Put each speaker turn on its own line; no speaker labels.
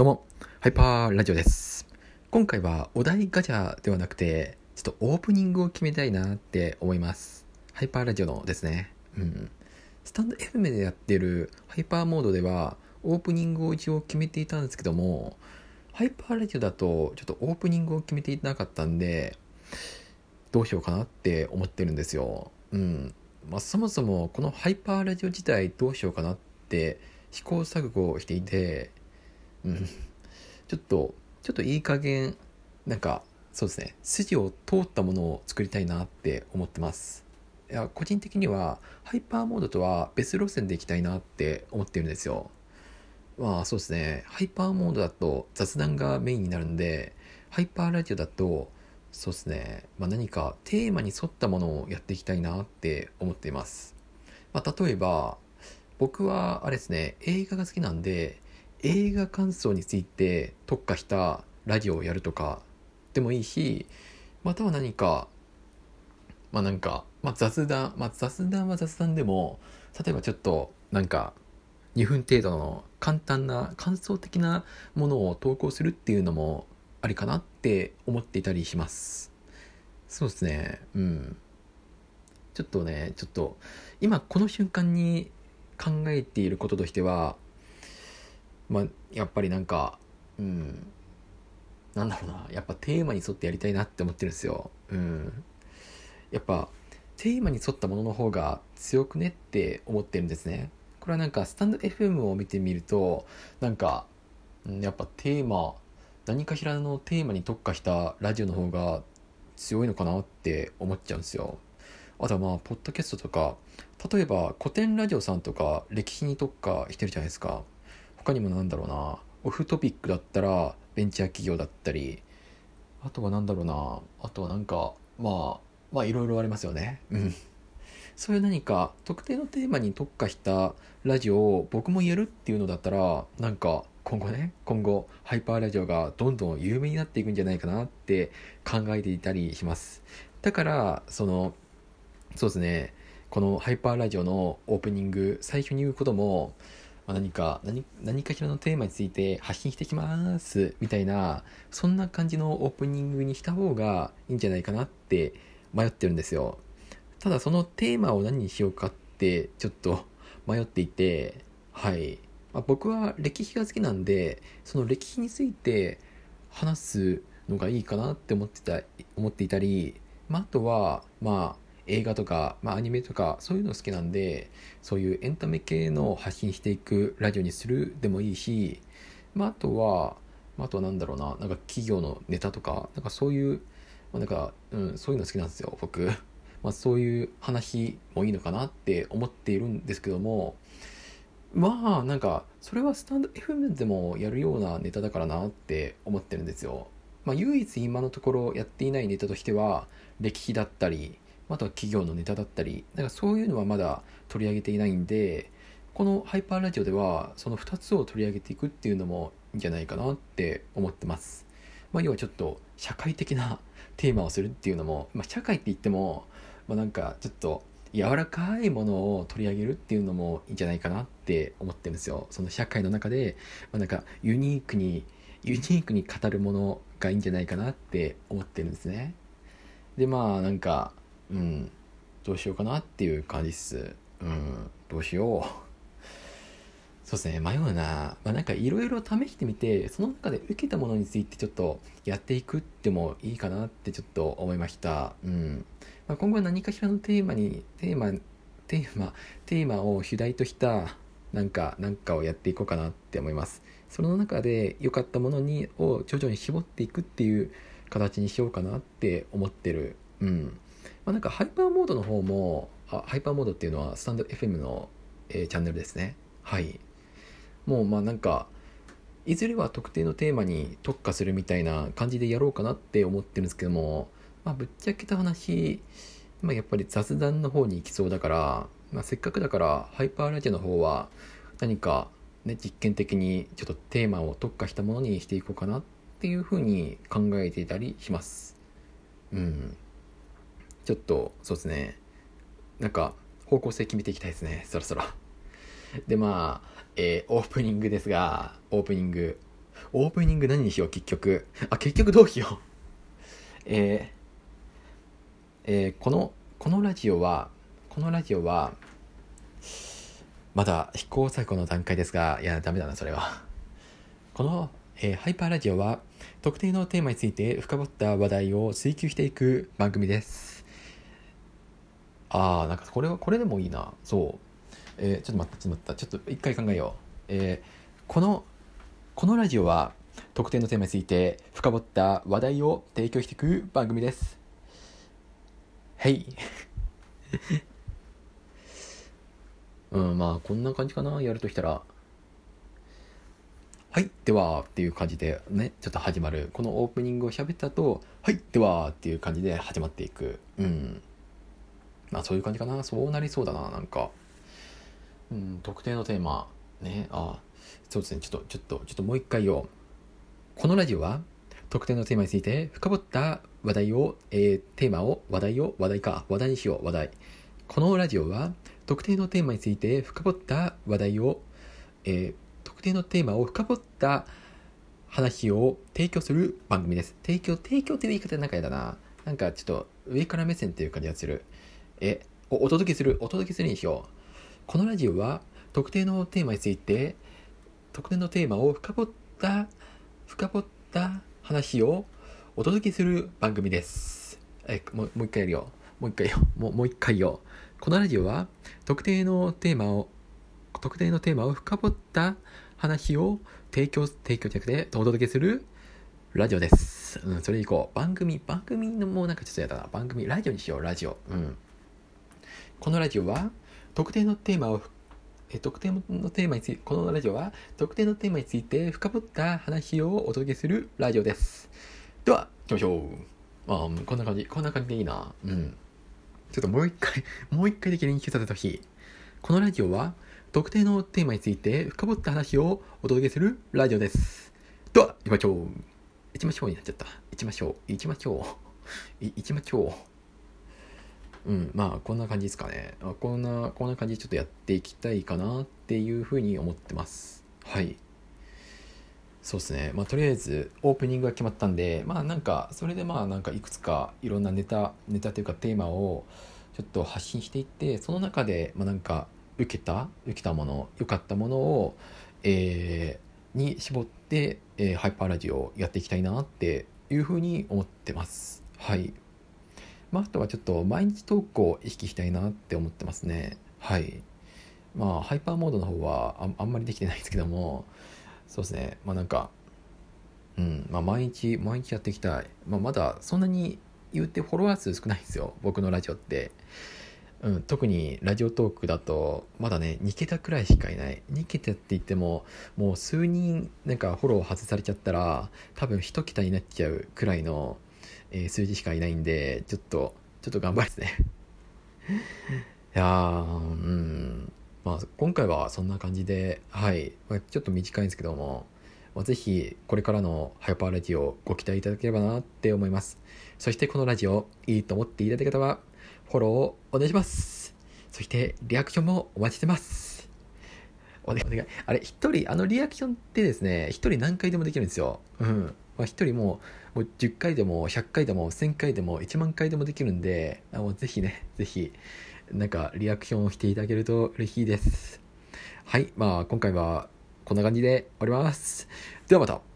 どうも、ハイパーラジオです。今回はお題ガチャではなくて、ちょっとオープニングを決めたいなって思います。ハイパーラジオのですね。スタンド FM でやってるハイパーモードでは、オープニングを一応決めていたんですけども、ハイパーラジオだとちょっとオープニングを決めていなかったんで、どうしようかなって思ってるんですよ。そもそもこのハイパーラジオ自体どうしようかなって試行錯誤していて、うん、ちょっといい加減、そうですね、筋を通ったものを作りたいなって思ってます。いや、個人的にはハイパーモードとは別路線でいきたいなって思ってるんですよ。そうですね、ハイパーモードだと雑談がメインになるんで、ハイパーラジオだとそうですね、何かテーマに沿ったものをやっていきたいなって思っています。例えば僕はあれですね、映画が好きなんで、映画感想について特化したラジオをやるとかでもいいし、または何か、雑談は雑談でも、例えばちょっと2分程度の簡単な感想的なものを投稿するっていうのもありかなって思っていたりします。そうですね。ちょっと今この瞬間に考えていることとしては、やっぱりうん、やっぱテーマに沿ってやりたいなって思ってるんですよ。やっぱテーマに沿ったものの方が強くねって思ってるんですね。これはスタンド FM を見てみると、やっぱ何かしらのテーマに特化したラジオの方が強いのかなって思っちゃうんですよ。あとはポッドキャストとか、例えば古典ラジオさんとか歴史に特化してるじゃないですか。他にもオフトピックだったらベンチャー企業だったり、あとはあとはいろいろありますよね。そういう何か特定のテーマに特化したラジオを僕もやるっていうのだったら、今後ハイパーラジオがどんどん有名になっていくんじゃないかなって考えていたりします。だからそうですね、このハイパーラジオのオープニング最初に言うことも、何かしらのテーマについて発信してきますみたいな、そんな感じのオープニングにした方がいいんじゃないかなって迷ってるんですよ。ただそのテーマを何にしようかってちょっと迷っていて、はい。僕は歴史が好きなんで、その歴史について話すのがいいかなって思っていたり、あとは映画とか、アニメとかそういうの好きなんで、そういうエンタメ系の発信していくラジオにするでもいいし、あとは企業のネタとか、そういう、そういうの好きなんですよ、僕。そういう話もいいのかなって思っているんですけども、それはスタンド FM でもやるようなネタだからなって思ってるんですよ。唯一今のところやっていないネタとしては歴史だったり、あとは企業のネタだったり、そういうのはまだ取り上げていないんで、このハイパーラジオではその2つを取り上げていくっていうのもいいんじゃないかなって思ってます。要はちょっと社会的なテーマをするっていうのも、社会って言っても、ちょっと柔らかいものを取り上げるっていうのもいいんじゃないかなって思ってるんですよ。その社会の中で、ユニークに語るものがいいんじゃないかなって思ってるんですね。でどうしようかなっていう感じっす。どうしよう。そうですね、迷うな。いろいろ試してみて、その中で受けたものについてちょっとやっていくってもいいかなってちょっと思いました。今後は何かしらのテーマを主題としたなんかをやっていこうかなって思います。その中で良かったものを徐々に絞っていくっていう形にしようかなって思ってる。ハイパーモードの方も、ハイパーモードっていうのはスタンド FM の、チャンネルですね。はい。もういずれは特定のテーマに特化するみたいな感じでやろうかなって思ってるんですけども、ぶっちゃけた話、やっぱり雑談の方に行きそうだから、せっかくだからハイパーラジオの方は何かね、実験的にちょっとテーマを特化したものにしていこうかなっていうふうに考えていたりします。ちょっとそうですね、方向性決めていきたいですね、そろそろ。でオープニングですが、オープニングオープニング何にしよう、結局。結局どうしよう。このラジオは、まだ試行錯誤の段階ですが、いや、ダメだな、それは。この、ハイパーラジオは、特定のテーマについて深掘った話題を追求していく番組です。なんかこれでもいいな。そう。ちょっと待った。ちょっと一回考えよう。このラジオは、特定のテーマについて深掘った話題を提供していく番組です。はい。まあこんな感じかな、やるとしたら。はい、ではっていう感じでね、ちょっと始まる。このオープニングを喋った後、はい、ではっていう感じで始まっていく。まあそういう感じかな。そうなりそうだな、なんか。特定のテーマ。ね、そうですね。ちょっともう一回よ。このラジオは、特定のテーマについて深掘った話題を、話題にしよう、話題。このラジオは、特定のテーマについて深掘った話題を、特定のテーマを深掘った話を提供する番組です。提供っていう言い方なんかやだな。なんかちょっと上から目線っていう感じがする。お届けするにしよう。このラジオは特定のテーマについて、特定のテーマを深掘った話をお届けする番組です。もう一回やるよ。もう一回よ。このラジオは特定のテーマを深掘った話を提供じゃなくてお届けするラジオです。それ以降、番組のもうなんかちょっとやだな。番組、ラジオにしよう、ラジオ。このラジオは、特定のテーマについて、このラジオは、特定のテーマについて深掘った話をお届けするラジオです。では、行きましょう。こんな感じでいいな。ちょっともう一回だけ練習させてほしい。このラジオは、特定のテーマについて深掘った話をお届けするラジオです。では、行きましょうになっちゃった。行きましょう。まあこんな感じですかね。こんな感じでちょっとやっていきたいかなっていうふうに思ってます。はい。そうですね。とりあえずオープニングが決まったんで、それでいくつかいろんなネタというかテーマをちょっと発信していって、その中で受けたもの、良かったものを、に絞って、ハイパーラジオをやっていきたいなっていうふうに思ってます。はい。あとはちょっと毎日投稿を意識したいなって思ってますね。はい。ハイパーモードの方はあんまりできてないですけども、そうですね。毎日やっていきたい。まだそんなに言ってフォロワー数少ないんですよ。僕のラジオって。特にラジオトークだとまだね2桁くらいしかいない。2桁って言ってももう数人フォロー外されちゃったら多分1桁になっちゃうくらいの、数字しかいないんで、ちょっと頑張りですね。いやー、今回はそんな感じで、はい、ちょっと短いんですけども、ぜひこれからのハイパーラジオをご期待いただければなって思います。そしてこのラジオいいと思っていただいた方はフォローをお願いします。そしてリアクションもお待ちしてます。お願い。あれ、リアクションってですね、一人何回でもできるんですよ。一人もう10回でも100回でも1000回でも1万回でもできるんで、ぜひリアクションをしていただけると嬉しいです。はい、今回はこんな感じで終わります。ではまた。